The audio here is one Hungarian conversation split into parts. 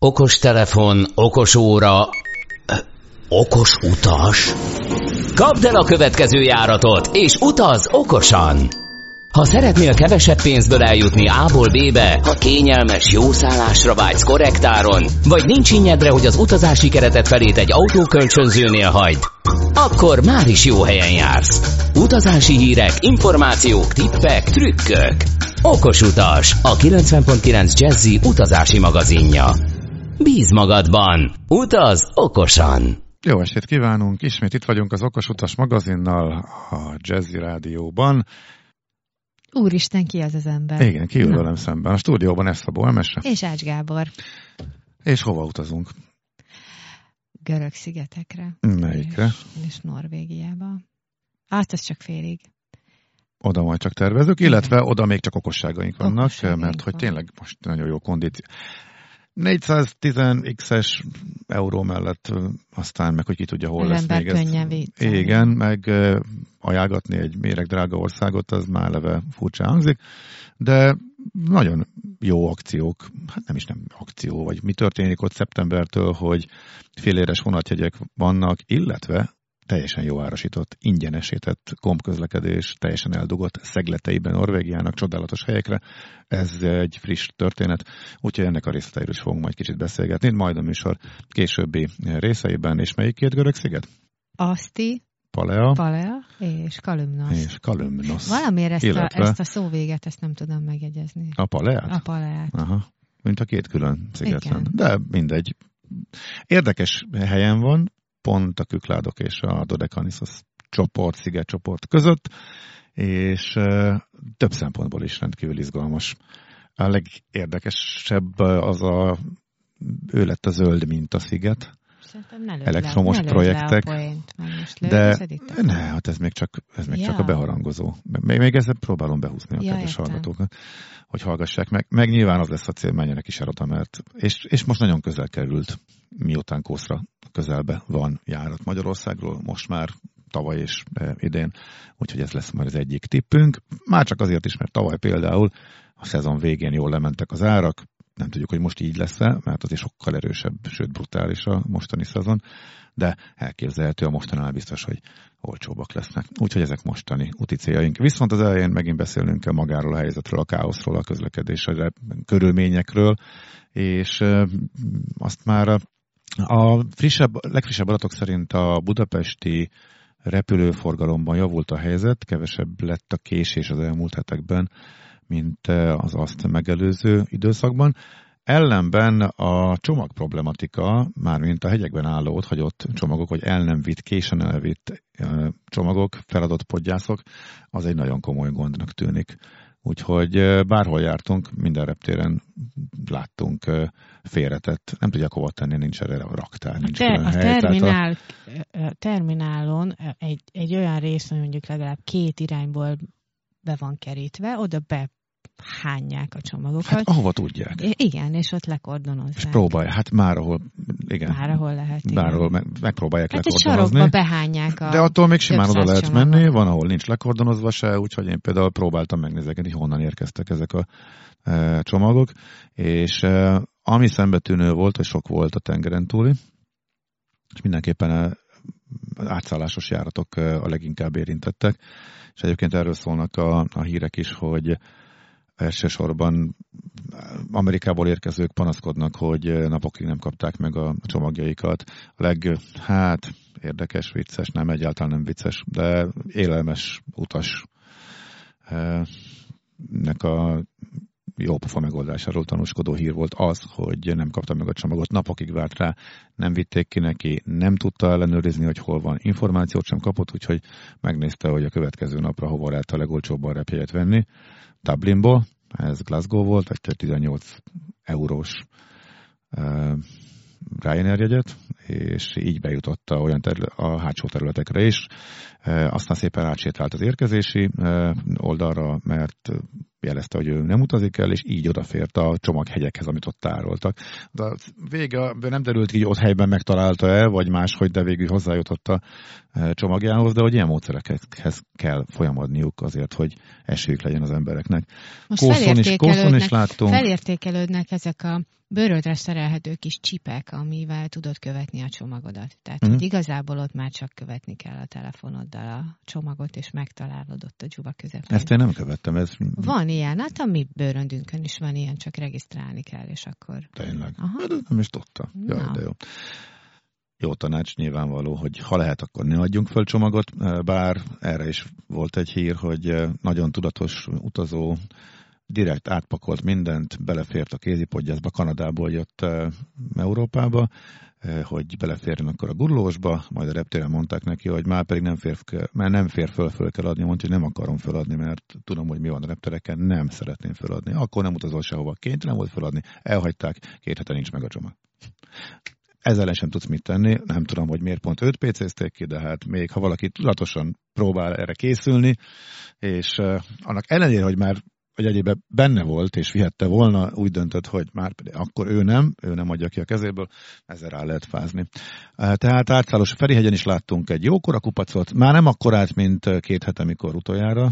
Okos telefon, okos óra, okos utas. Kapd el a következő járatot, és utazz okosan! Ha szeretnél kevesebb pénzből eljutni A-ból B-be, ha kényelmes, jó szállásra vágysz korrektáron, vagy nincs innyedre, hogy az utazási keretet felét egy autókölcsönzőnél hagyd, akkor már is jó helyen jársz. Utazási hírek, információk, tippek, trükkök. Okos utas, a 90.9 Jazzy utazási magazinja. Bíz magadban, utazz okosan! Jó estét kívánunk! Ismét itt vagyunk az Okos Utas magazinnal a Jazzy Rádióban. Úristen, ki az ember? Igen, ki ül velem szemben. A stúdióban Eszabó Emese. És Ács Gábor. És hova utazunk? Görög-szigetekre. Melyikre? És Norvégiába. Hát, ez csak félig. Oda majd csak tervezünk, illetve oda még csak okosságaink vannak, mert hogy van. tényleg most nagyon jó kondíció. 410x-es euró mellett aztán meg, hogy ki tudja, hol lesz még ezt. Igen, meg ajánlgatni egy méregdrága országot, az már eleve furcsa hangzik, de nagyon jó akciók, hát nem akció, vagy mi történik ott szeptembertől, hogy féléres vonatjegyek vannak, illetve teljesen jó árasított, ingyenesített kompközlekedés, teljesen eldugott szegleteiben Norvégiának, csodálatos helyekre. Ez egy friss történet, úgyhogy ennek a részleteiről is fogunk majd kicsit beszélgetni, majd a műsor későbbi részeiben. És melyik két görög sziget? Aszti, Palea és Kalymnos. Valamiért ezt a szóvéget, ezt nem tudom megjegyezni. A Paleát? A Paleát. Aha, mint a két külön szigeten. De mindegy. Érdekes helyen van, pont a Kükládok és a Dodekanissos szigetcsoport között, és több szempontból is rendkívül izgalmas. A legérdekesebb ő lett a zöld mintasziget, elektromos projektek, hát ez még csak a beharangozó. Még ezzel próbálom behúzni a kedves hallgatókat, hogy hallgassák meg. Meg nyilván az lesz a cél, menjenek is el oda, mert és most nagyon közel került, miután Kószra közelbe van járat Magyarországról, most már tavaly és idén, úgyhogy ez lesz már az egyik tippünk. Már csak azért is, mert tavaly például a szezon végén jól lementek az árak, nem tudjuk, hogy most így lesz-e, mert azért sokkal erősebb, sőt brutális a mostani szezon, de elképzelhető, a mostanál biztos, hogy olcsóbbak lesznek. Úgyhogy ezek mostani úti céljaink. Viszont az elején megint beszélnünk kell magáról a helyzetről, a káoszról, a közlekedésről, körülményekről, és azt már a legfrissebb adatok szerint a budapesti repülőforgalomban javult a helyzet, kevesebb lett a késés az elmúlt hetekben, mint az azt megelőző időszakban. Ellenben a csomagproblematika, mármint a hegyekben álló otthagyott csomagok, vagy el nem vitt, későn elvitt csomagok, feladott podgyászok, az egy nagyon komoly gondnak tűnik. Úgyhogy bárhol jártunk, minden reptéren láttunk félretett, nem tudják hova tenni, nincs erre a raktár, nincs olyan hely. Terminálon egy olyan rész, hogy mondjuk legalább 2 irányból be van kerítve, oda behányják a csomagokat. Hát ahova tudják. Igen, és ott lekordonozzák. És próbálj, hát már ahol, igen. Már ahol lehet, igen. Bárhol megpróbálják hát lekordonozni. Hát egy sarokba behányják a... De attól még simán oda lehet csomagot menni, van, ahol nincs lekordonozva se, úgyhogy én például próbáltam megnézni, hogy honnan érkeztek ezek a csomagok, és ami szembetűnő volt, hogy sok volt a tengeren túli, és mindenképpen átszállásos járatok a leginkább érintettek, és egyébként erről szólnak a hírek is, hogy elsősorban Amerikából érkezők panaszkodnak, hogy napokig nem kapták meg a csomagjaikat. A érdekes, vicces, nem, egyáltalán nem vicces, de élelmes utasnak a jópofa megoldásáról tanúskodó hír volt az, hogy nem kapta meg a csomagot, napokig várt rá, nem vitték ki neki, nem tudta ellenőrizni, hogy hol van, információt sem kapott, úgyhogy megnézte, hogy a következő napra hova lehet a legolcsóbban repjegyet venni. Dublinból, ez Glasgow volt, egy 18 eurós Ryanair jegyet, és így bejutott a hátsó területekre is. Aztán szépen átsétált az érkezési oldalra, mert jelezte, hogy ő nem utazik el, és így odafért a csomaghegyekhez, amit ott tároltak. De vége nem derült, hogy ott helyben megtalálta-e, vagy máshogy, de végül hozzájutott a csomagjához, de hogy ilyen módszerekhez kell folyamodniuk azért, hogy esélyük legyen az embereknek. Kószon is láttunk. Felértékelődnek ezek a bőrödre szerelhető kis csipek, amivel tudod követni a csomagodat. Tehát hogy igazából ott már csak követni kell a telefonoddal a csomagot, és megtalálod ott a dzsuba közepén. Ezt én nem követtem. Van ilyen, hát a mi bőröndünkön is van ilyen, csak regisztrálni kell, és akkor... Tényleg. Nem is tudtam. Jaj, de jó. Jó tanács nyilvánvaló, hogy ha lehet, akkor ne adjunk föl csomagot, bár erre is volt egy hír, hogy nagyon tudatos utazó direkt átpakolt mindent, belefért a kézipodgyászba, Kanadából jött Európába, hogy beleférjen akkor a gurulósba, majd a reptéren mondták neki, hogy már pedig nem fér föl kell adni, mondta, hogy nem akarom föladni, mert tudom, hogy mi van a reptereken, nem szeretném föladni. Akkor nem utazol sehova, kénytelen volt föladni, elhagyták, 2 hete nincs meg a csomag. Ezzel sem tudsz mit tenni, nem tudom, hogy miért pont őt PC-zték ki, de hát még ha valaki tudatosan próbál erre készülni, és annak ellenére, hogy már vagy egyébben benne volt, és vihette volna, úgy döntött, hogy már pedig akkor ő nem adja ki a kezéből, ezzel rá lehet fázni. Tehát Árcálos Ferihegyen is láttunk egy jókora kupacot, már nem akkorát, mint 2 hete, mikor utoljára.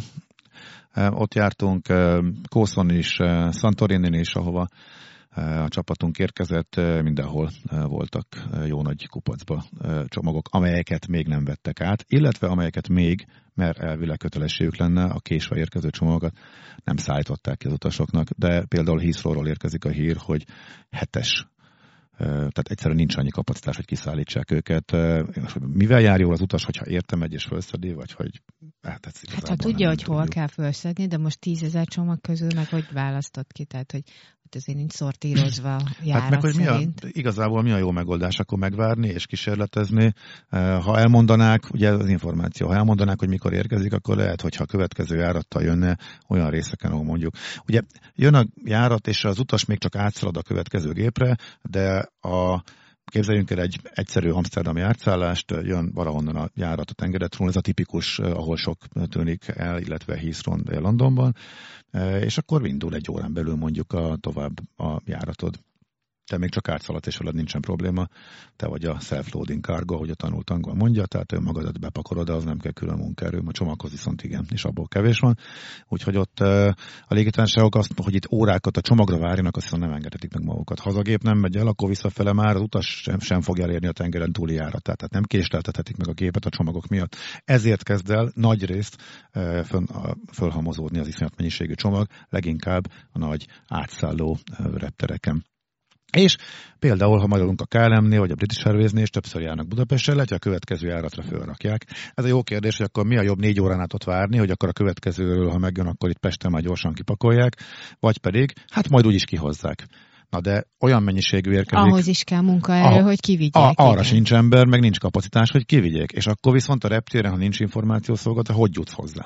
Ott jártunk Kószon is, Santorinin is, ahova a csapatunk érkezett, mindenhol voltak jó nagy kupacba csomagok, amelyeket még nem vettek át, illetve amelyeket még, mert elvileg kötelességük lenne, a késve érkező csomagokat nem szállították ki az utasoknak, de például Heathrowról érkezik a hír, hogy 7-es, tehát egyszerűen nincs annyi kapacitás, hogy kiszállítsák őket. Mivel jár jól az utas, hogyha értem megy és fölszedi, vagy hogy... Hát ha tudja, hogy hol kell fölszedni, de most 10 000 csomag közül meg hogy választott ki, tehát hogy azért nincs szortírozva járat hát meg, hogy igazából mi a jó megoldás, akkor megvárni és kísérletezni. Ha elmondanák, ugye az információ, ha elmondanák, hogy mikor érkezik, akkor lehet, hogyha a következő járattal jönne olyan részeken, ahol mondjuk. Ugye jön a járat, és az utas még csak átszalad a következő gépre, de képzeljünk el egy egyszerű amszterdami átszállást, jön valahonnan a járat a tengeretről, ez a tipikus, ahol sok tűnik el, illetve Heathrow Londonban, és akkor indul 1 órán belül mondjuk tovább a járatod. Te még csak átszaladt, és veled nincsen probléma. Te vagy a self-loading cargo, ahogy a tanult angol mondja, tehát önmagadat bepakolod, de az nem kell külön munkaerő, a csomaghoz viszont igen, és abból kevés van. Úgyhogy ott a légitársaságok azt, hogy itt órákat a csomagra várjanak, azt hiszem nem engedhetik meg magukat. Ha az a gép nem megy el, akkor visszafele már az utas sem fog elérni a tengeren túli járatát, tehát nem késleltethetik meg a gépet a csomagok miatt. Ezért kezd el nagy részt fölhamozódni az iszonyat mennyiségű csomag, leginkább a nagy átszálló reptereken. És például, ha maradunk a KLM-nél, vagy a British Airways-nél, és többször járnak Budapestre, lehet, hogy a következő járatra fölrakják. Ez a jó kérdés, hogy akkor mi a jobb 4 órán át ott várni, hogy akkor a következőről, ha megjön, akkor itt Pesten már gyorsan kipakolják, vagy pedig, hát majd úgyis kihozzák. Na de olyan mennyiségű érkezik. Ahhoz is kell munkaerő, hogy kivigyék. Arra sincs ember, meg nincs kapacitás, hogy kivigyék. És akkor viszont a reptéren, ha nincs információszolgáltatás, hogy jutsz hozzá?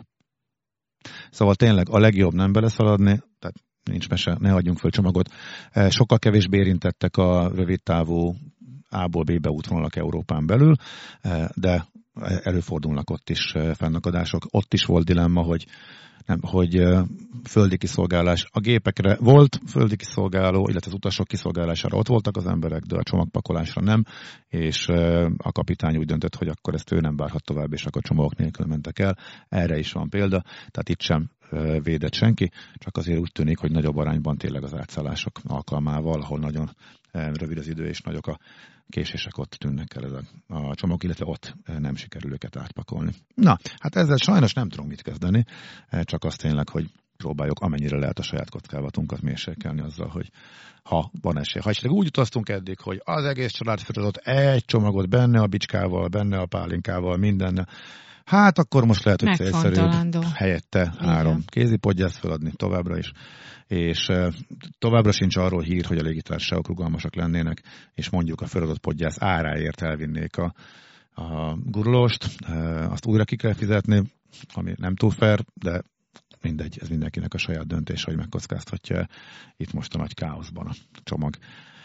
Szóval tényleg a legjobb nem beleszaladni, tehát nincs mese, ne adjunk föl csomagot. Sokkal kevésbé érintettek a rövidtávú A-ból B-be útvonalak Európán belül, de előfordulnak ott is fennakadások. Ott is volt dilemma, hogy földi kiszolgálás. A gépekre volt földi kiszolgáló, illetve az utasok kiszolgálására ott voltak az emberek, de a csomagpakolásra nem, és a kapitány úgy döntött, hogy akkor ezt ő nem várhat tovább, és akkor csomagok nélkül mentek el. Erre is van példa, tehát itt sem védett senki, csak azért úgy tűnik, hogy nagyobb arányban tényleg az átszállások alkalmával, ahol nagyon rövid az idő és nagyok a késések, ott tűnnek el ez a csomag, illetve ott nem sikerül őket átpakolni. Na, hát ezzel sajnos nem tudunk mit kezdeni, csak azt tényleg, hogy próbáljuk amennyire lehet a saját kockázatunkat mérsékelni azzal, hogy ha van esély. Ha esetleg úgy utaztunk eddig, hogy az egész család feladat egy csomagot benne a bicskával, benne a pálinkával, mindennel, hát akkor most lehet, hogy célszerűbb helyette 3 kézipodgyászt feladni továbbra is, és továbbra sincs arról hír, hogy a légitársaságok rugalmasak lennének, és mondjuk a feladott podgyász áráért elvinnék a gurulóst, azt újra ki kell fizetni, ami nem túl fair, de mindegy, ez mindenkinek a saját döntése, hogy megkockáztatja itt most a nagy káoszban a csomag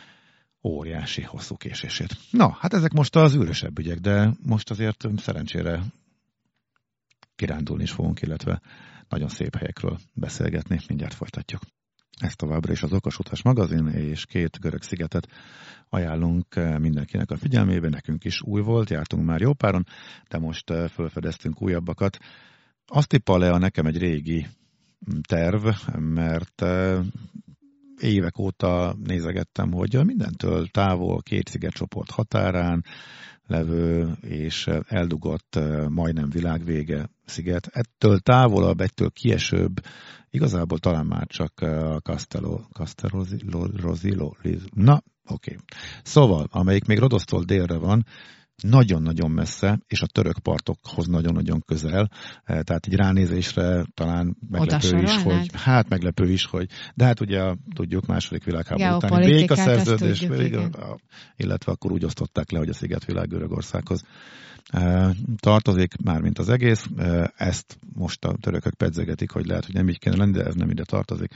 óriási, hosszú késését. Na, hát ezek most az űrösebb ügyek, de most azért szerencsére kirándulni is fogunk, illetve nagyon szép helyekről beszélgetni. Mindjárt folytatjuk. Ez továbbra is az Okos Utas magazin, és 2 görög szigetet ajánlunk mindenkinek a figyelmébe. Nekünk is új volt, jártunk már jó páron, de most felfedeztünk újabbakat. Asztipalea nekem egy régi terv, mert évek óta nézegettem, hogy mindentől távol, 2 szigetcsoport határán levő és eldugott, majdnem világvége sziget. Ettől távolabb, ettől kiesőbb, igazából talán már csak a Castellrosilo. Na, oké. Szóval, amelyik még Rodosztól délre van, nagyon-nagyon messze, és a török partokhoz nagyon-nagyon közel. Tehát így ránézésre talán meglepő is, hogy... Hát meglepő is, hogy... De hát ugye tudjuk, második világháború utáni békaszerződés, illetve akkor úgy osztották le, hogy a szigetvilág Görögországhoz tartozik, mármint az egész. Ezt most a törökök pedzegetik, hogy lehet, hogy nem így kéne lenni, de ez nem ide tartozik.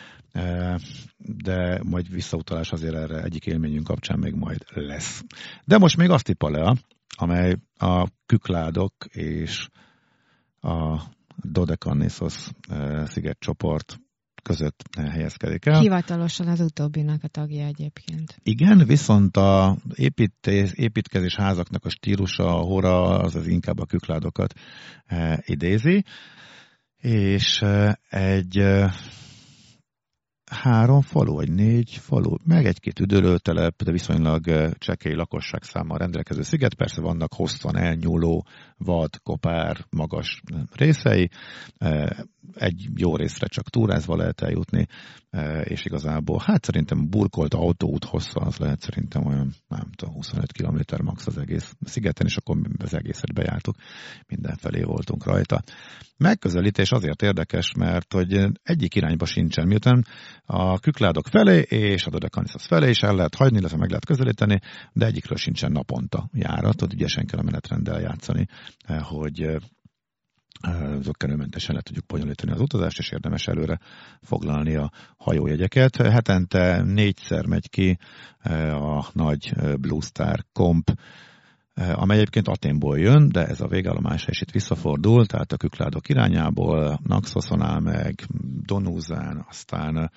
De majd visszautalás azért erre egyik élményünk kapcsán még majd lesz. De most még Asztipalea, amely a Kükládok és a Dodekannissos szigetcsoport között helyezkedik el. Hivatalosan az utóbbinak a tagja egyébként. Igen, viszont a építkezés házaknak a stílusa, a hora, az inkább a Kükládokat idézi, és egy 3 falu, vagy 4 falu, meg 1-2 üdülőtelep, de viszonylag csekély lakosságszámmal rendelkező sziget. Persze vannak hosszan elnyúló, vad, kopár, magas részei. Egy jó részre csak túrázva lehet eljutni, és igazából, hát szerintem burkolt autóút hossza, az lehet szerintem olyan, nem tudom, 25 km max az egész szigeten, és akkor az egészet bejártuk, mindenfelé voltunk rajta. Megközelítés azért érdekes, mert hogy egyik irányba sincsen, miután a Kükládok felé és a Dodekannissos felé is el lehet hagyni, illetve meg lehet közelíteni, de egyikről sincsen naponta járat, ott ügyesen kell a menetrenddel játszani, hogy zökkenőmentesen le tudjuk bonyolítani az utazást, és érdemes előre foglalni a hajójegyeket. Hetente 4-szer megy ki a nagy Blue Star Comp, amely egyébként Athénból jön, de ez a végállomás is itt visszafordul, tehát a Kükládok irányából, Naxoson áll meg, Donúzán, aztán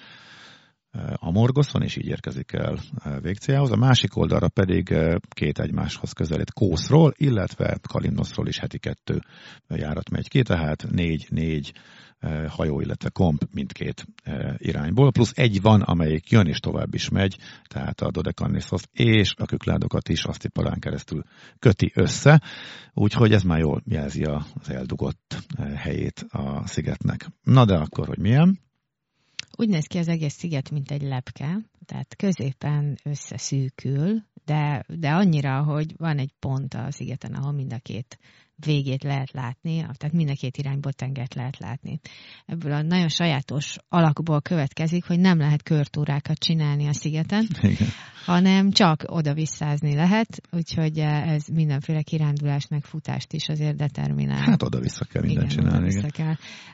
Amorgoszon, és így érkezik el végcéljához. A másik oldalra pedig 2 egymáshoz közelít Kószról, illetve Kalimnoszról is heti 2 járat megy ki, tehát 4 hajó, illetve komp mindkét irányból, plusz egy van, amelyik jön és tovább is megy, tehát a Dodekannissos és a Kükládokat is Asztipaleán keresztül köti össze, úgyhogy ez már jól jelzi az eldugott helyét a szigetnek. Na de akkor, hogy milyen? Úgy néz ki az egész sziget, mint egy lepke, tehát középen összeszűkül, de annyira, hogy van egy pont a szigeten, ahol mind a 2 végét lehet látni, tehát mind a 2 irányból tengert lehet látni. Ebből a nagyon sajátos alakból következik, hogy nem lehet körtúrákat csinálni a szigeten, igen, hanem csak oda-visszázni lehet, úgyhogy ez mindenféle kirándulást meg futást is azért determinál. Hát oda-vissza kell mindent csinálni. Oda-vissza kell.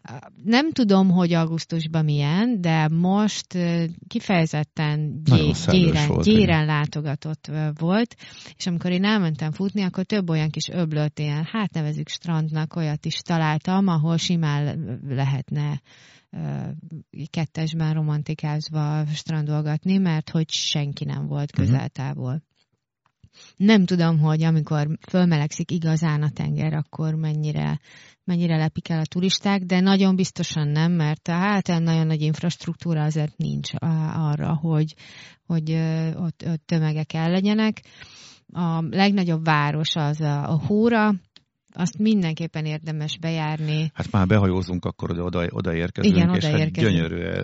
Nem tudom, hogy augusztusban milyen, de most kifejezetten gyéren látogatott volt, és amikor én elmentem futni, akkor több olyan kis öblöt, ilyen, hát nevezük strandnak, olyat is találtam, ahol simán lehetne 2-esben romantikázva strandolgatni, mert hogy senki nem volt közel-távol. Nem tudom, hogy amikor fölmelegszik igazán a tenger, akkor mennyire lepik el a turisták, de nagyon biztosan nem, mert hát nagyon nagy infrastruktúra azért nincs arra, hogy ott tömegek el legyenek. A legnagyobb város az a Hóra, azt mindenképpen érdemes bejárni. Hát már behajózunk, akkor oda érkezünk, igen, és egy gyönyörű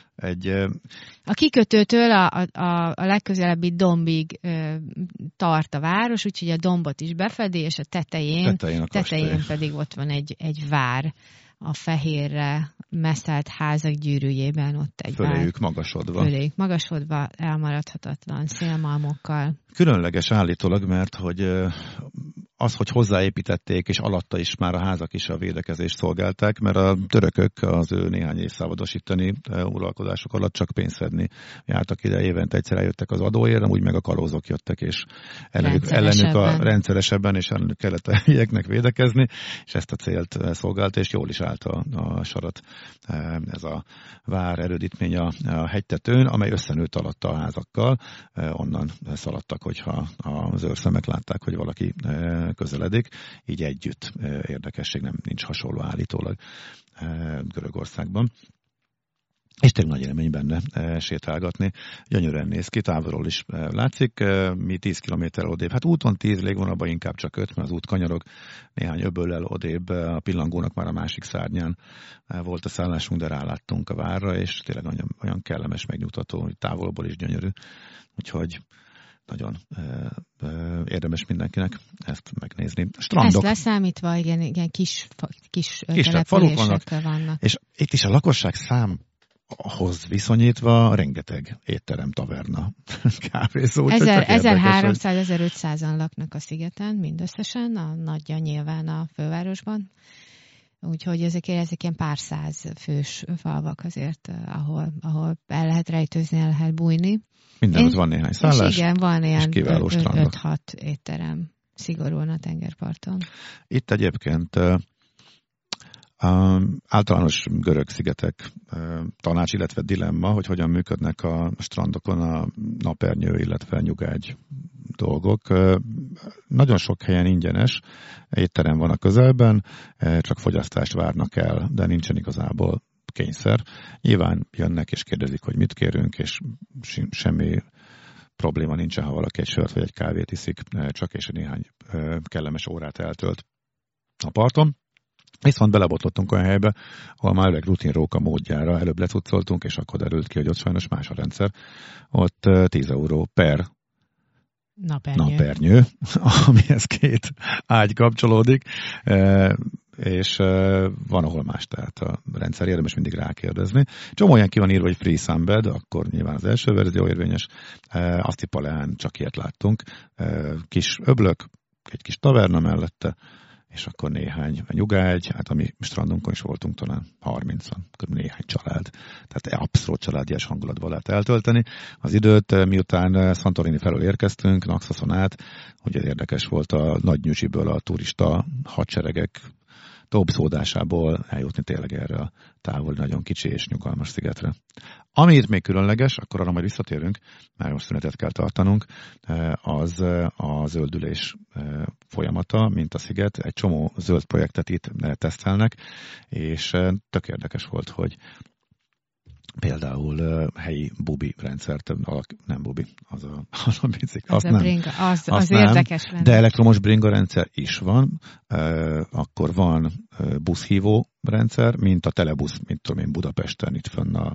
A kikötőtől a legközelebbi dombig tart a város, úgyhogy a dombot is befedi, és a tetején pedig ott van egy vár, a fehérre messzelt házak gyűrűjében, ott egy föléjük magasodva elmaradhatatlan szélmalmokkal. Különleges állítólag, mert hogy az, hogy hozzáépítették, és alatta is már a házak is a védekezést szolgálták, mert a törökök az ő néhány évszázados itteni uralkodások alatt csak pénzt szedni jártak ide, évente egyszer eljöttek az adóért, úgy meg a kalózok jöttek, és ellenük a rendszeresebben, és ellenük kellett a helyieknek védekezni, és ezt a célt szolgálta, és jól is állt a sarat. Ez a vár erődítmény a hegytetőn, amely összenőtt alatta a házakkal, onnan szaladtak, hogyha az őrszemek látták, hogy valaki közeledik, így együtt. Érdekesség, nincs hasonló állítólag Görögországban. És tényleg nagy élmény benne sétálgatni. Gyönyörűen néz ki, távolról is látszik. Mi 10 kilométerrel odébb. Hát úton 10, légvonalban inkább csak 5, mert az út kanyarog. Néhány öböllel odébb, a pillangónak már a másik szárnyán volt a szállásunk, de ráláttunk a várra, és tényleg olyan kellemes, megnyugtató, hogy távolból is gyönyörű. Úgyhogy nagyon érdemes mindenkinek ezt megnézni. Strandok. Ezt leszámítva, igen, kis faluk vannak. És itt is a lakosság számhoz viszonyítva rengeteg étterem, taverna, kávézó. 1300-1500-an laknak a szigeten mindösszesen, a nagyja nyilván a fővárosban. Úgyhogy ezek ilyen pár száz fős falvak azért, ahol el lehet rejtőzni, el lehet bújni. Mindenütt van néhány szállás, igen, van ilyen 5-6 étterem szigorúan a tengerparton. Itt egyébként általános görög szigetek tanács, illetve dilemma, hogy hogyan működnek a strandokon a napernyő, illetve nyugágy dolgok. Nagyon sok helyen ingyenes étterem van a közelben, csak fogyasztást várnak el, de nincsen igazából kényszer. Nyilván jönnek és kérdezik, hogy mit kérünk, és semmi probléma nincsen, ha valaki egy sört vagy egy kávét iszik, csak és néhány kellemes órát eltölt a parton. Viszont belebotlottunk olyan helybe, ahol már egy rutinróka módjára előbb lecucoltunk, és akkor derült ki, hogy ott sajnos más a rendszer. Ott 10 euró per napernyő, amihez 2 ágy kapcsolódik, és van, ahol más, tehát a rendszer érdemes mindig rákérdezni. Csomó olyan ki van írva, hogy free sunbed, akkor nyilván az első verzió érvényes. Asztipaleán csak ilyet láttunk. Kis öblök, egy kis taverna mellette, és akkor néhány nyugágy, hát a mi strandunkon is voltunk talán 30-an, néhány család. Tehát abszolút családias hangulatban lehet eltölteni az időt, miután Santorini felől érkeztünk, Naxoson át, ugye érdekes volt a nagy nyüzsiből a turista hadseregek dobszódásából eljutni tényleg erre a távoli, nagyon kicsi és nyugalmas szigetre. Ami itt még különleges, akkor arra majd visszatérünk, mert most szünetet kell tartanunk, az a zöldülés folyamata, mint a sziget. Egy csomó zöld projektet itt tesztelnek, és tök érdekes volt, hogy például helyi bubi rendszert, nem bubi, az a bicik. Az nem, érdekes lenne. De elektromos bringa rendszer is van, akkor van buszhívó rendszer, mint a telebusz, mint tudom én Budapesten, itt fönn a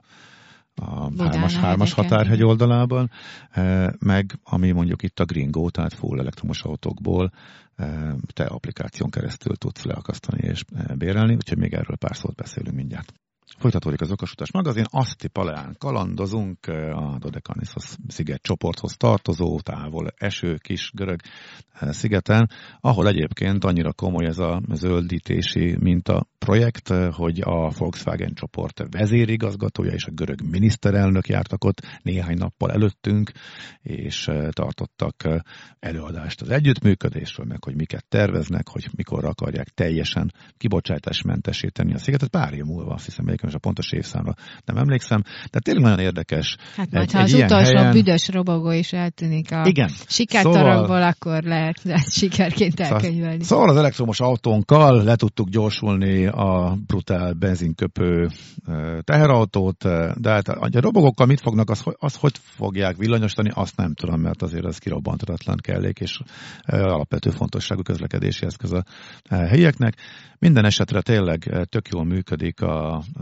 3-as határhegy oldalában, meg ami mondjuk itt a Gringo, tehát full elektromos autókból te applikáción keresztül tudsz leakasztani és bérelni, úgyhogy még erről pár szót beszélünk mindjárt. Folytatódik az Okosutás magazin, Asztipaleán kalandozunk, a Dodekaniszosz sziget csoporthoz tartozó, távol eső kis görög szigeten, ahol egyébként annyira komoly ez a zöldítési mintaprojekt, hogy a Volkswagen csoport vezérigazgatója és a görög miniszterelnök jártak ott néhány nappal előttünk, és tartottak előadást az együttműködésről, meg hogy miket terveznek, hogy mikor akarják teljesen kibocsátásmentesíteni a szigetet. Pár év múlva, azt hiszem, és a pontos évszámra nem emlékszem. Tehát tényleg nagyon érdekes. Hát majd, ha az utolsó helyen büdös robogó is eltűnik a sikertarokból, akkor lehet sikerként elkönyvelni. Szóval az elektromos autónkkal le tudtuk gyorsulni a brutál benzinköpő teherautót, de hát a robogókkal mit fognak, az hogy fogják villanyosítani, azt nem tudom, mert azért az kirobbantatlan kellék, és alapvető fontosságú közlekedési eszköz a helyieknek. Minden esetre tényleg tök jól működik a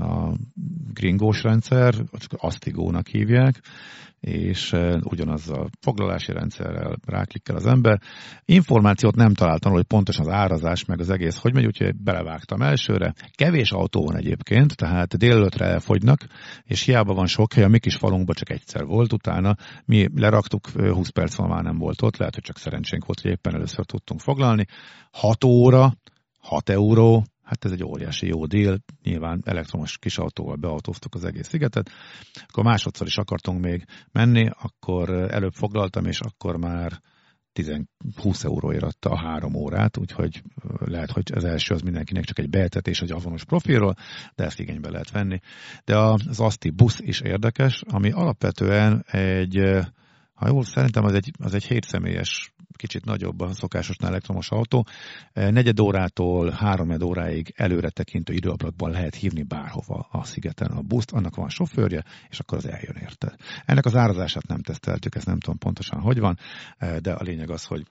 a gringós rendszer, Astigónak hívják, és ugyanazzal foglalási rendszerrel ráklikkel az ember. Információt nem találtam, hogy pontosan az árazás, meg az egész hogy megy, úgyhogy belevágtam elsőre. Kevés autó van egyébként, tehát délelőttre elfogynak, és hiába van sok hely, a mi kis falunkban csak egyszer volt, utána mi leraktuk, 20 perc van már nem volt ott, lehet, hogy csak szerencsénk volt, hogy éppen először tudtunk foglalni. 6 óra, 6 euró, hát ez egy óriási jó díl, nyilván elektromos kis autóval beautóztuk az egész szigetet, akkor másodszor is akartunk még menni, akkor előbb foglaltam, és akkor már 20 euróért adta a 3 órát, úgyhogy lehet, hogy az első az mindenkinek csak egy beetetés egy avonos profilról, de ezt igénybe lehet venni. De az Asti busz is érdekes, ami alapvetően ha jól szerintem az egy 7 személyes, kicsit nagyobb a szokásosnál elektromos autó. 4 órától 3 óráig előre tekintő időablakban lehet hívni bárhova a szigeten a buszt, annak van sofőrje, és akkor az eljön érte. Ennek az árazását nem teszteltük, ezt nem tudom pontosan, hogy van, de a lényeg az, hogy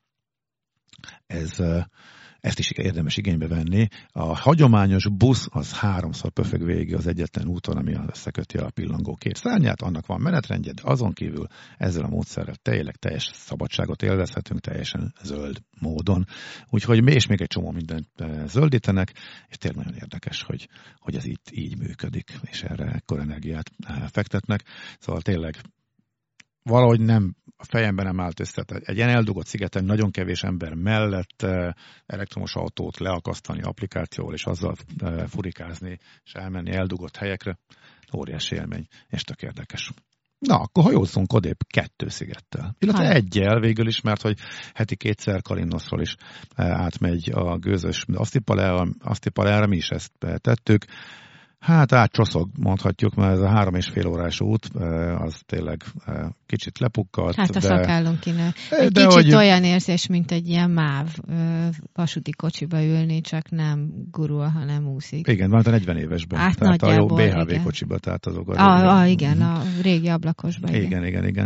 ezt is érdemes igénybe venni. A hagyományos busz az 3-szor pöfög végig az egyetlen úton, ami összeköti a pillangó két szárnyát, annak van menetrendje, de azon kívül ezzel a módszerrel teljes szabadságot élvezhetünk, teljesen zöld módon. Úgyhogy és még egy csomó mindent zöldítenek, és tényleg nagyon érdekes, hogy ez így működik, és erre ekkor energiát fektetnek. Szóval tényleg valahogy nem, a fejemben nem állt össze. Egy ilyen eldugott szigeten nagyon kevés ember mellett elektromos autót leakasztani applikációval, és azzal furikázni, és elmenni eldugott helyekre. Óriási élmény, és tök érdekes. Na, akkor hajózzunk odébb 2 szigettel. Illetve egyel végül is, mert hogy heti 2-szer Kalymnoszról is átmegy a gőzös Asztipaleára, mi is ezt tettük. Hát átcsoszog, mondhatjuk, mert ez a 3,5 órás út, az tényleg kicsit lepukkadt. Hát a szakállunk innen. Egy kicsit olyan érzés, mint egy ilyen MÁV vasúti kocsiba ülni, csak nem gurul, hanem úszik. Igen, már a 40 évesben. Hát tehát nagyjából, a jó BHV igen. Kocsiba, tehát azok igen, a régi ablakosban. Igen.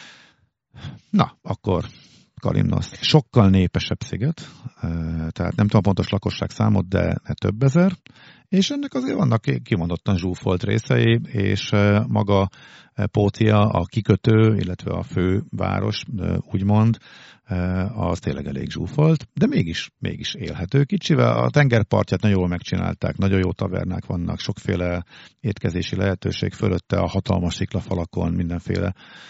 Na, akkor Kalymnosz. Sokkal népesebb sziget, tehát nem tudom pontos lakosság számot, de több ezer, és ennek azért vannak kimondottan zsúfolt részei, és maga Pótia, a kikötő, illetve a főváros, úgymond, az tényleg elég zsúfolt, de mégis élhető kicsivel. A tengerpartját nagyon jól megcsinálták, nagyon jó tavernák vannak, sokféle étkezési lehetőség fölötte, a hatalmas sziklafalakon mindenféle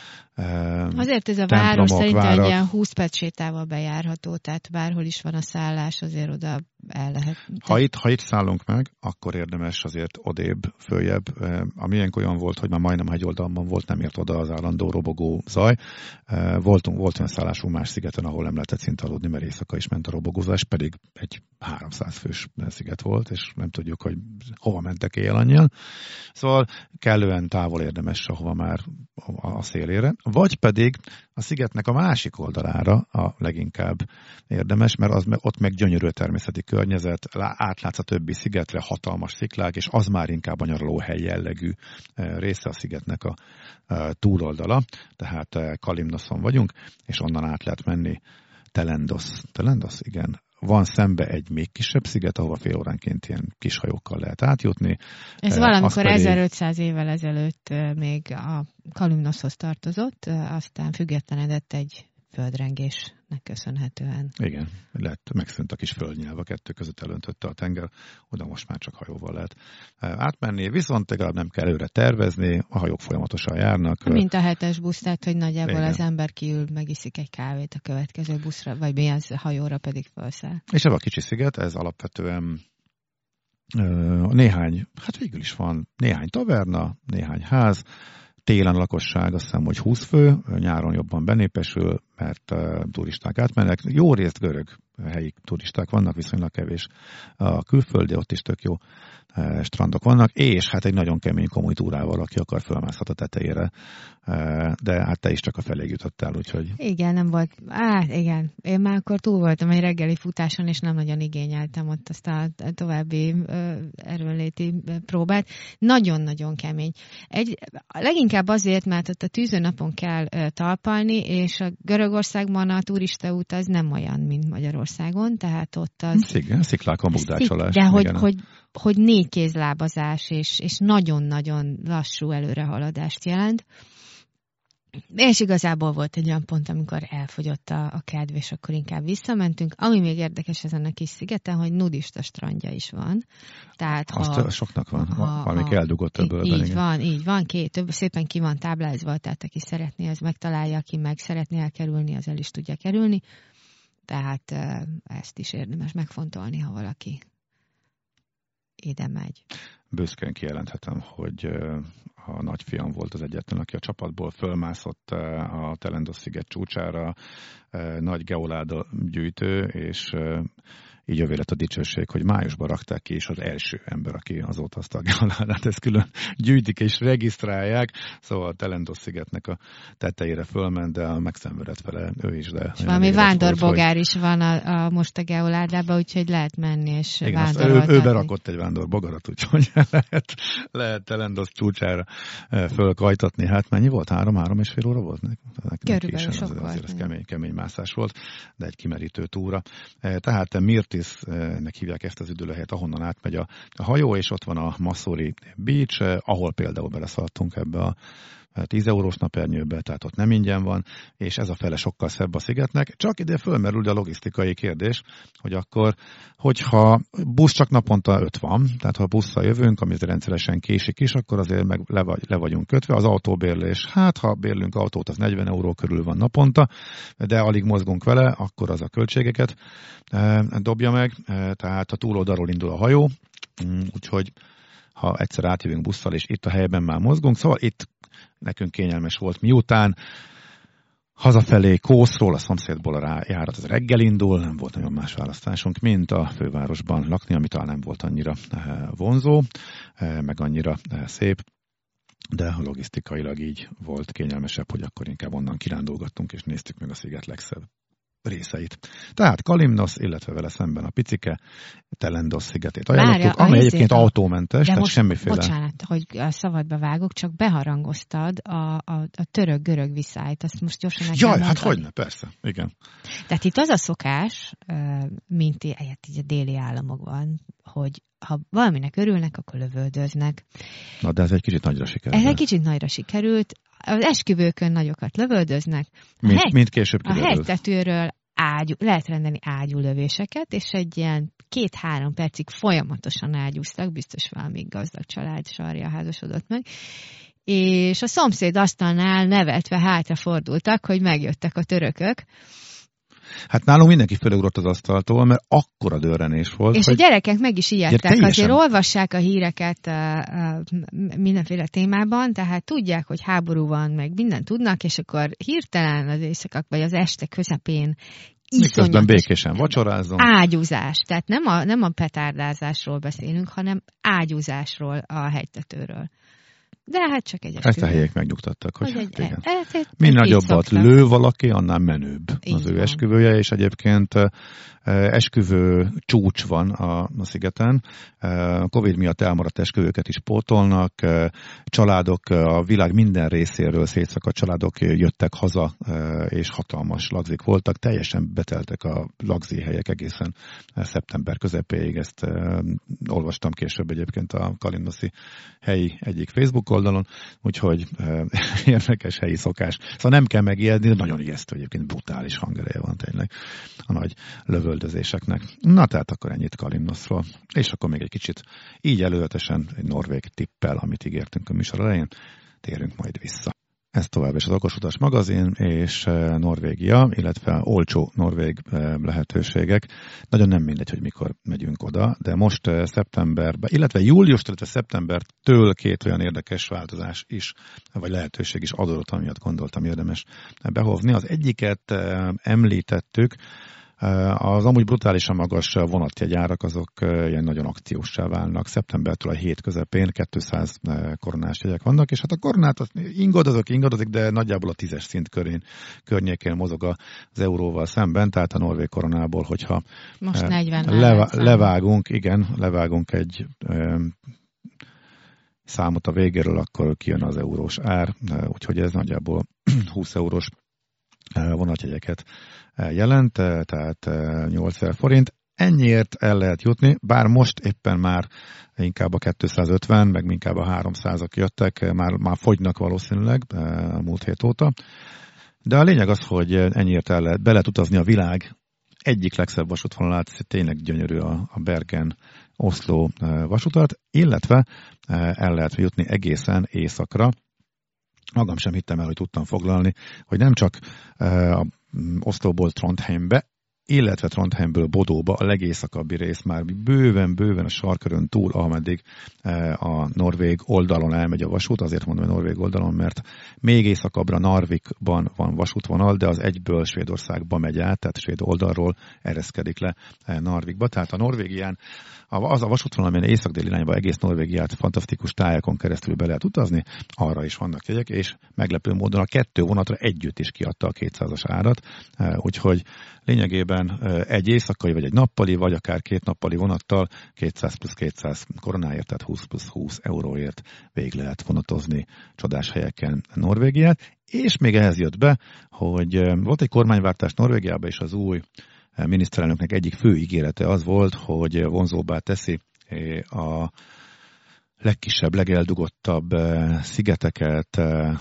azért ez a város szerintem egy ilyen 20 perc sétával bejárható, tehát bárhol is van a szállás, azért oda el lehet. Ha itt szállunk meg, akkor érdemes azért odébb, följebb. A miénk olyan volt, hogy már majdnem egy oldalban volt, nem ért oda az állandó robogó zaj. Volt olyan szállásunk más szigeten, ahol nem lehetett szinte aludni, mert éjszaka is ment a robogózás, pedig egy 300 fős sziget volt, és nem tudjuk, hogy hova mentek éjjel annyian. Szóval kellően távol érdemes, ahova már a szélére. Vagy pedig a szigetnek a másik oldalára a leginkább érdemes, mert ott meg gyönyörű természeti környezet, átlátsz a többi szigetre, hatalmas sziklák, és az már inkább a nyaralóhely jellegű része a szigetnek a túloldala. Tehát Kalymnoszon vagyunk, és onnan át lehet menni Telendosz, igen. Van szembe egy még kisebb sziget, ahova fél óránként ilyen kis hajókkal lehet átjutni. Ez valamikor 1500 évvel ezelőtt még a Kalymnoszhoz tartozott, aztán függetlenedett egy földrengésnek köszönhetően. Igen, megszűnt a kis földnyelv, a kettő között elöntötte a tenger, oda most már csak hajóval lehet átmenni, viszont legalább nem kell előre tervezni, a hajók folyamatosan járnak. Mint a 7-es busz, tehát hogy nagyjából igen. Az ember kiül, megiszik egy kávét a következő buszra, vagy milyen hajóra pedig felszáll. És ez a kicsi sziget, ez alapvetően néhány, hát végül is van néhány taverna, néhány ház, télen a lakosság azt hiszem, hogy 20 fő, nyáron jobban benépesül, mert turisták átmennek. Jó részt görög helyi turisták vannak, viszonylag kevés a külföldi, ott is tök jó strandok vannak, és hát egy nagyon kemény komoly túrával, aki akar fölmászhat a tetejére, de hát te is csak a feléig jutottál, úgyhogy... Igen, nem volt, igen, én már akkor túl voltam egy reggeli futáson, és nem nagyon igényeltem ott azt a további erőnléti próbát. Nagyon-nagyon kemény. Leginkább azért, mert ott a tűzőnapon kell talpalni, és a görög Görögországban a turistaút az nem olyan, mint Magyarországon, tehát ott az... Igen, sziklákon bukdácsolás. De hogy négykézlábazás és nagyon-nagyon lassú előrehaladást jelent. És igazából volt egy olyan pont, amikor elfogyott a kedv, és akkor inkább visszamentünk. Ami még érdekes ezen a kis szigeten, hogy nudista strandja is van. Tehát azt soknak van, valamik eldugott öbölben. Így van, szépen ki van táblázva, tehát aki szeretné, az megtalálja, aki meg szeretné elkerülni, az el is tudja kerülni. Tehát ezt is érdemes megfontolni, ha valaki ide megy. Büszkén kijelenthetem, hogy a nagyfiam volt az egyetlen, aki a csapatból fölmászott a Telendos-sziget csúcsára, nagy geoláda gyűjtő, és így övé lett a dicsőség, hogy májusban rakták ki, és az első ember, aki azóta azt a geoládát, ezt külön gyűjtik és regisztrálják, szóval a Telendos-szigetnek a tetejére fölment, de megszenvedett vele ő is. De valami vándorbogár is van most a geoládában, úgyhogy lehet menni és vándoroltatni. Ő berakott egy vándorbogarat, úgyhogy lehet Telendos csúcsára fölkajtatni. Hát mennyi volt? 3,5 óra volt? Körülbelül sok volt. Azért ez kemény mászás volt, de egy kimerítő túra. Tehát Myrtisnek hívják ezt az üdülőhelyet, ahonnan átmegy a hajó, és ott van a Masuri Beach, ahol például beleszaladtunk ebbe a 10 eurós napernyőbe, tehát ott nem ingyen van, és ez a fele sokkal szebb a szigetnek. Csak ide fölmerül a logisztikai kérdés, hogy akkor, hogyha busz csak naponta 5 van, tehát ha busszal jövünk, ami rendszeresen késik is, akkor azért meg le vagyunk kötve. Az autóbérlés, hát ha bérlünk autót, az 40 euró körül van naponta, de alig mozgunk vele, akkor az a költségeket dobja meg, tehát a túloldalról indul a hajó, úgyhogy ha egyszer átjövünk busszal, és itt a helyben már mozgunk, szóval itt nekünk kényelmes volt, miután hazafelé Kószról, a szomszédból a járat az reggel indul, nem volt nagyon más választásunk, mint a fővárosban lakni, ami talán nem volt annyira vonzó, meg annyira szép, de logisztikailag így volt kényelmesebb, hogy akkor inkább onnan kirándulgattunk, és néztük meg a sziget legszebb részeit. Tehát Kalimnos, illetve vele szemben a picike Telendos szigetét ajánlottuk, amely egyébként autómentes, tehát semmiféle... Bocsánat, hogy a szabadba vágok, csak beharangoztad a török-görög viszályt, azt most gyorsan meg Jaj, hát hogyne, persze, igen. Tehát itt az a szokás, mint így a déli államokban, hogy ha valaminek örülnek, akkor lövöldöznek. Na, de ez egy kicsit nagyra sikerült. Ez egy kicsit nagyra sikerült. Az esküvőkön nagyokat lövöldöznek. Mint később kiderült. A hegytetőről lehet rendelni ágyúlövéseket, és egy ilyen 2-3 percig folyamatosan ágyúztak, biztos valami gazdag család sarja házasodott meg, és a szomszéd asztalnál nevetve hátrafordultak, hogy megjöttek a törökök. Hát nálunk mindenki felugrott az asztaltól, mert akkora dörrenés volt. És a gyerekek meg is ijedtek, azért olvassák a híreket mindenféle témában, tehát tudják, hogy háború van, meg mindent tudnak, és akkor hirtelen az éjszakak, vagy az este közepén miközben békésen vacsorázom. Ágyúzás, tehát nem a petárdázásról beszélünk, hanem ágyúzásról a hegytetőről. De hát csak egy esküvő. Ezt a helyek megnyugtattak, hogy hát igen. Minél nagyobbat lő valaki, annál menőbb az ő van. esküvője, és egyébként esküvő csúcs van a szigeten. Covid miatt elmaradt esküvőket is pótolnak. Családok a világ minden részéről szétszakadt családok jöttek haza, és hatalmas lagzik voltak. Teljesen beteltek a lagzi helyek egészen szeptember közepéig. Ezt olvastam később egyébként a Kalimnoszi helyi egyik Facebook oldalon, úgyhogy érdekes helyi szokás. Szóval nem kell megijedni, de nagyon ijesztő egyébként, brutális hangereje van tényleg a nagy lövöldözéseknek. Na, tehát akkor ennyit Kalimnosról. És akkor még egy kicsit így előzetesen egy norvég tippel, amit ígértünk a műsor elején, térünk majd vissza. Ez tovább is az Okos Utas magazin, és Norvégia, illetve olcsó norvég lehetőségek. Nagyon nem mindegy, hogy mikor megyünk oda, de most szeptemberben, illetve júliustól, illetve szeptembertől 2 olyan érdekes változás is, vagy lehetőség is adott, amiatt gondoltam érdemes behovni. Az egyiket említettük, az amúgy brutálisan magas vonatjegyárak azok ilyen nagyon akcióssá válnak. Szeptembertől a hét közepén 200 koronás jegyek vannak, és hát a koronát ingadozik, de nagyjából a 10-es szint környékén mozog az euróval szemben, tehát a norvég koronából, hogyha most 40 levágunk egy számot a végéről, akkor kijön az eurós ár, úgyhogy ez nagyjából 20 eurós vonatjegyeket jelent, tehát 8000 forint. Ennyiért el lehet jutni, bár most éppen már inkább a 250, meg inkább a 300-ak jöttek, már fogynak valószínűleg a múlt hét óta. De a lényeg az, hogy ennyiért be lehet utazni a világ egyik legszebb vasútvonalát, tényleg gyönyörű a Bergen-Oszló vasutat, illetve el lehet jutni egészen északra. Magam sem hittem el, hogy tudtam foglalni, hogy nem csak Oszlóból Trondheimbe, illetve Trondheimből Bodóba a legészakabbi rész már bőven a sarkörön túl, ameddig a norvég oldalon elmegy a vasút, azért mondom, hogy norvég oldalon, mert még északabbra Narvikban van vasútvonal, de az egyből Svédországba megy át, tehát svéd oldalról ereszkedik le Narvikba. Tehát a Norvégián az a vasútvonal, amilyen észak-déli irányba egész Norvégiát fantasztikus tájakon keresztül be lehet utazni, arra is vannak jegyek, és meglepő módon a 2 vonatra együtt is kiadta a 200-as árat, úgyhogy lényegében egy éjszakai, vagy egy nappali, vagy akár 2 nappali vonattal 200 plusz 200 koronáért, tehát 20 plusz 20 euróért végig lehet vonatozni csodás helyeken Norvégiát, és még ehhez jött be, hogy volt egy kormányváltás Norvégiában, és az új miniszterelnöknek egyik fő ígérete az volt, hogy vonzóbbá teszi a legkisebb, legeldugottabb szigeteket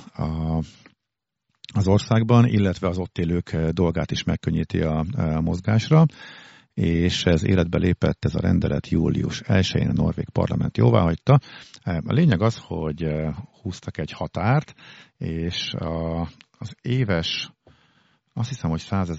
az országban, illetve az ott élők dolgát is megkönnyíti a mozgásra, és ez életbe lépett, ez a rendelet július 1-én a norvég parlament jóváhagyta. A lényeg az, hogy húztak egy határt, és az éves, azt hiszem, hogy 100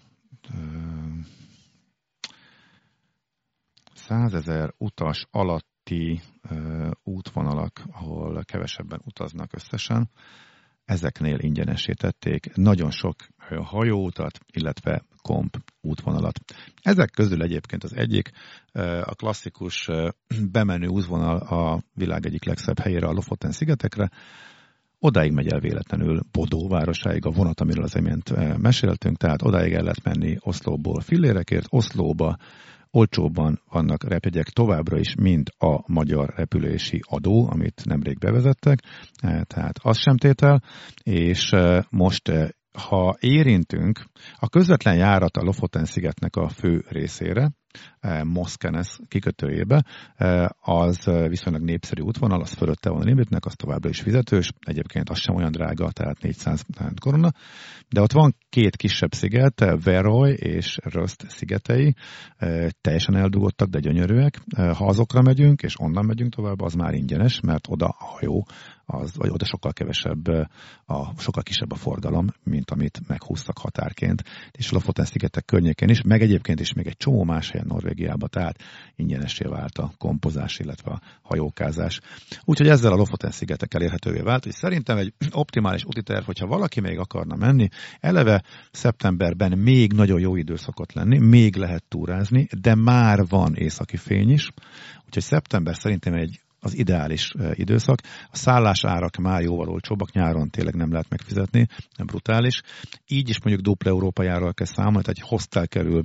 000 utas alatti útvonalak, ahol kevesebben utaznak összesen, ezeknél ingyenessé tették nagyon sok hajóutat, illetve komp útvonalat. Ezek közül egyébként az egyik, a klasszikus bemenő útvonal a világ egyik legszebb helyére, a Lofoten-szigetekre. Odáig megy el véletlenül Bodó városáig a vonat, amiről az imént meséltünk, tehát odáig el lehet menni Oszlóból fillérekért. Oszlóba olcsóbban vannak repjegyek továbbra is, mint a magyar repülési adó, amit nemrég bevezettek, tehát az sem tétel, és most ha érintünk, a közvetlen járat a Lofoten-szigetnek a fő részére, Moskenes kikötőjébe, az viszonylag népszerű útvonal, az fölötte van a limitnek, az továbbra is fizetős, egyébként az sem olyan drága, tehát 400 korona, de ott van 2 kisebb sziget, Veroy és Röst szigetei, teljesen eldugottak, de gyönyörűek. Ha azokra megyünk, és onnan megyünk tovább, az már ingyenes, mert oda a hajó, vagy oda sokkal kisebb a forgalom, mint amit meghúztak határként, és a Lofoten-szigetek környékén is, meg egyébként is még egy csomó más helyen Norvégiában, tehát ingyenessé vált a kompozás, illetve a hajókázás. Úgyhogy ezzel a Lofoten-szigetek elérhetővé vált, és szerintem egy optimális útiterv, hogyha valaki még akarna menni, eleve szeptemberben még nagyon jó idő szokott lenni, még lehet túrázni, de már van északi fény is, úgyhogy szeptember szerintem az ideális időszak. A szállásárak már jóval olcsóbbak, nyáron tényleg nem lehet megfizetni, nem brutális. Így is mondjuk dupla európai árral kell számolni, tehát egy hostel kerül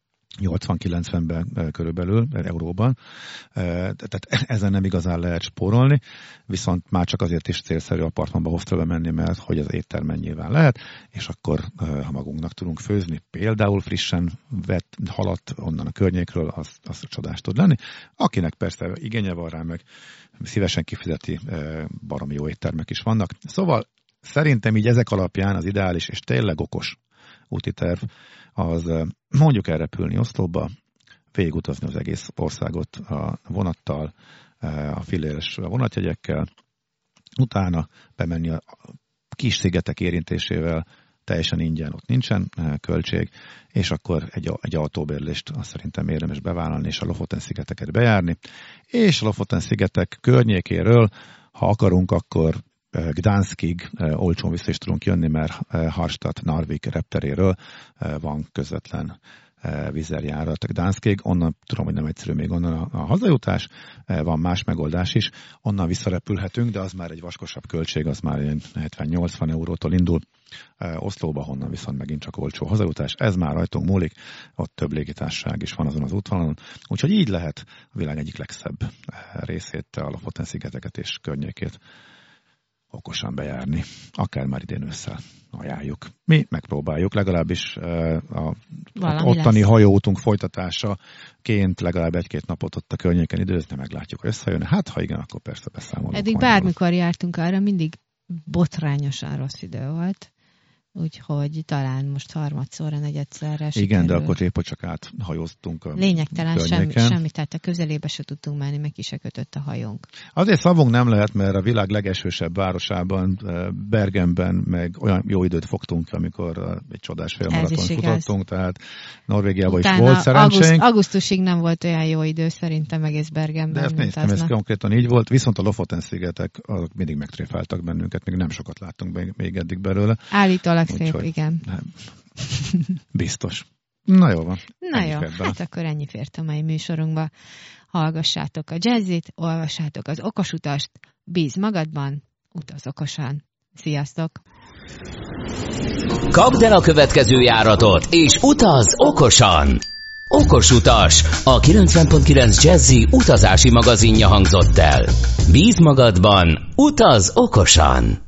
80-90-ben körülbelül euróban, tehát ezen nem igazán lehet spórolni, viszont már csak azért is célszerű apartmanba, hostelbe menni, mert hogy az éttermen nyilván lehet, és akkor ha magunknak tudunk főzni, például frissen vett halat onnan a környékről, az csodás tud lenni. Akinek persze igénye van rá, meg szívesen kifizeti, baromi jó éttermek is vannak. Szóval szerintem így ezek alapján az ideális és tényleg okos úti terv az mondjuk elrepülni Oszlóba, végigutazni az egész országot a vonattal, a filléres vonatjegyekkel, utána bemenni a kis szigetek érintésével, teljesen ingyen, ott nincsen költség, és akkor egy autóbérlést azt szerintem érdemes bevállalni, és a Lofoten-szigeteket bejárni, és a Lofoten-szigetek környékéről, ha akarunk, akkor Gdanskig olcsón vissza is tudunk jönni, mert Harstad Narvik repteréről van közvetlen vízerjárat Gdanskig. Onnan tudom, hogy nem egyszerű még onnan a hazajutás, van más megoldás is. Onnan visszarepülhetünk, de az már egy vaskosabb költség, az már 70-80 eurótól indul. Oszlóba, honnan viszont megint csak olcsó hazajutás. Ez már rajtunk múlik, ott több légitársaság is van azon az útvonalon. Úgyhogy így lehet a világ egyik legszebb részét, a Lofoten-szigeteket és környékét okosan bejárni. Akár már idén ősszel ajánljuk. Mi megpróbáljuk, legalábbis a ottani hajóútunk folytatásaként legalább 1-2 napot ott a környéken időzni, meglátjuk, hogy összejön. Hát, ha igen, akkor persze beszámolunk. Eddig bármikor jártunk arra, mindig botrányosan rossz idő volt. Úgyhogy talán most harmadszorra, negyedszerre. Igen, de akkor épp csak áthajóztunk a lényegtelen semmi, tehát a közelébe se tudtunk menni, meg ki se kötött a hajónk. Azért szavunk nem lehet, mert a világ legesősebb városában, Bergenben meg olyan jó időt fogtunk, amikor egy csodás félmaraton futottunk, tehát Norvégiában is volt szerencsénk. Augusztusig nem volt olyan jó idő szerintem egész Bergenben. De ezt néztem, ez konkrétan így volt, viszont a Lofoten-szigetek azok mindig megtréfáltak bennünket, még nem sokat láttunk még eddig belőle. Állítólag szép, igen. Biztos. Na jó van. Na jó, hát akkor ennyi fért a mai műsorunkba. Hallgassátok a jazzit, olvassátok az okosutast, bízz magadban, utaz okosan. Sziasztok! Kapd el a következő járatot, és utaz okosan! Okosutas, a 90.9 Jazzy utazási magazinja hangzott el. Bízz magadban, utaz okosan!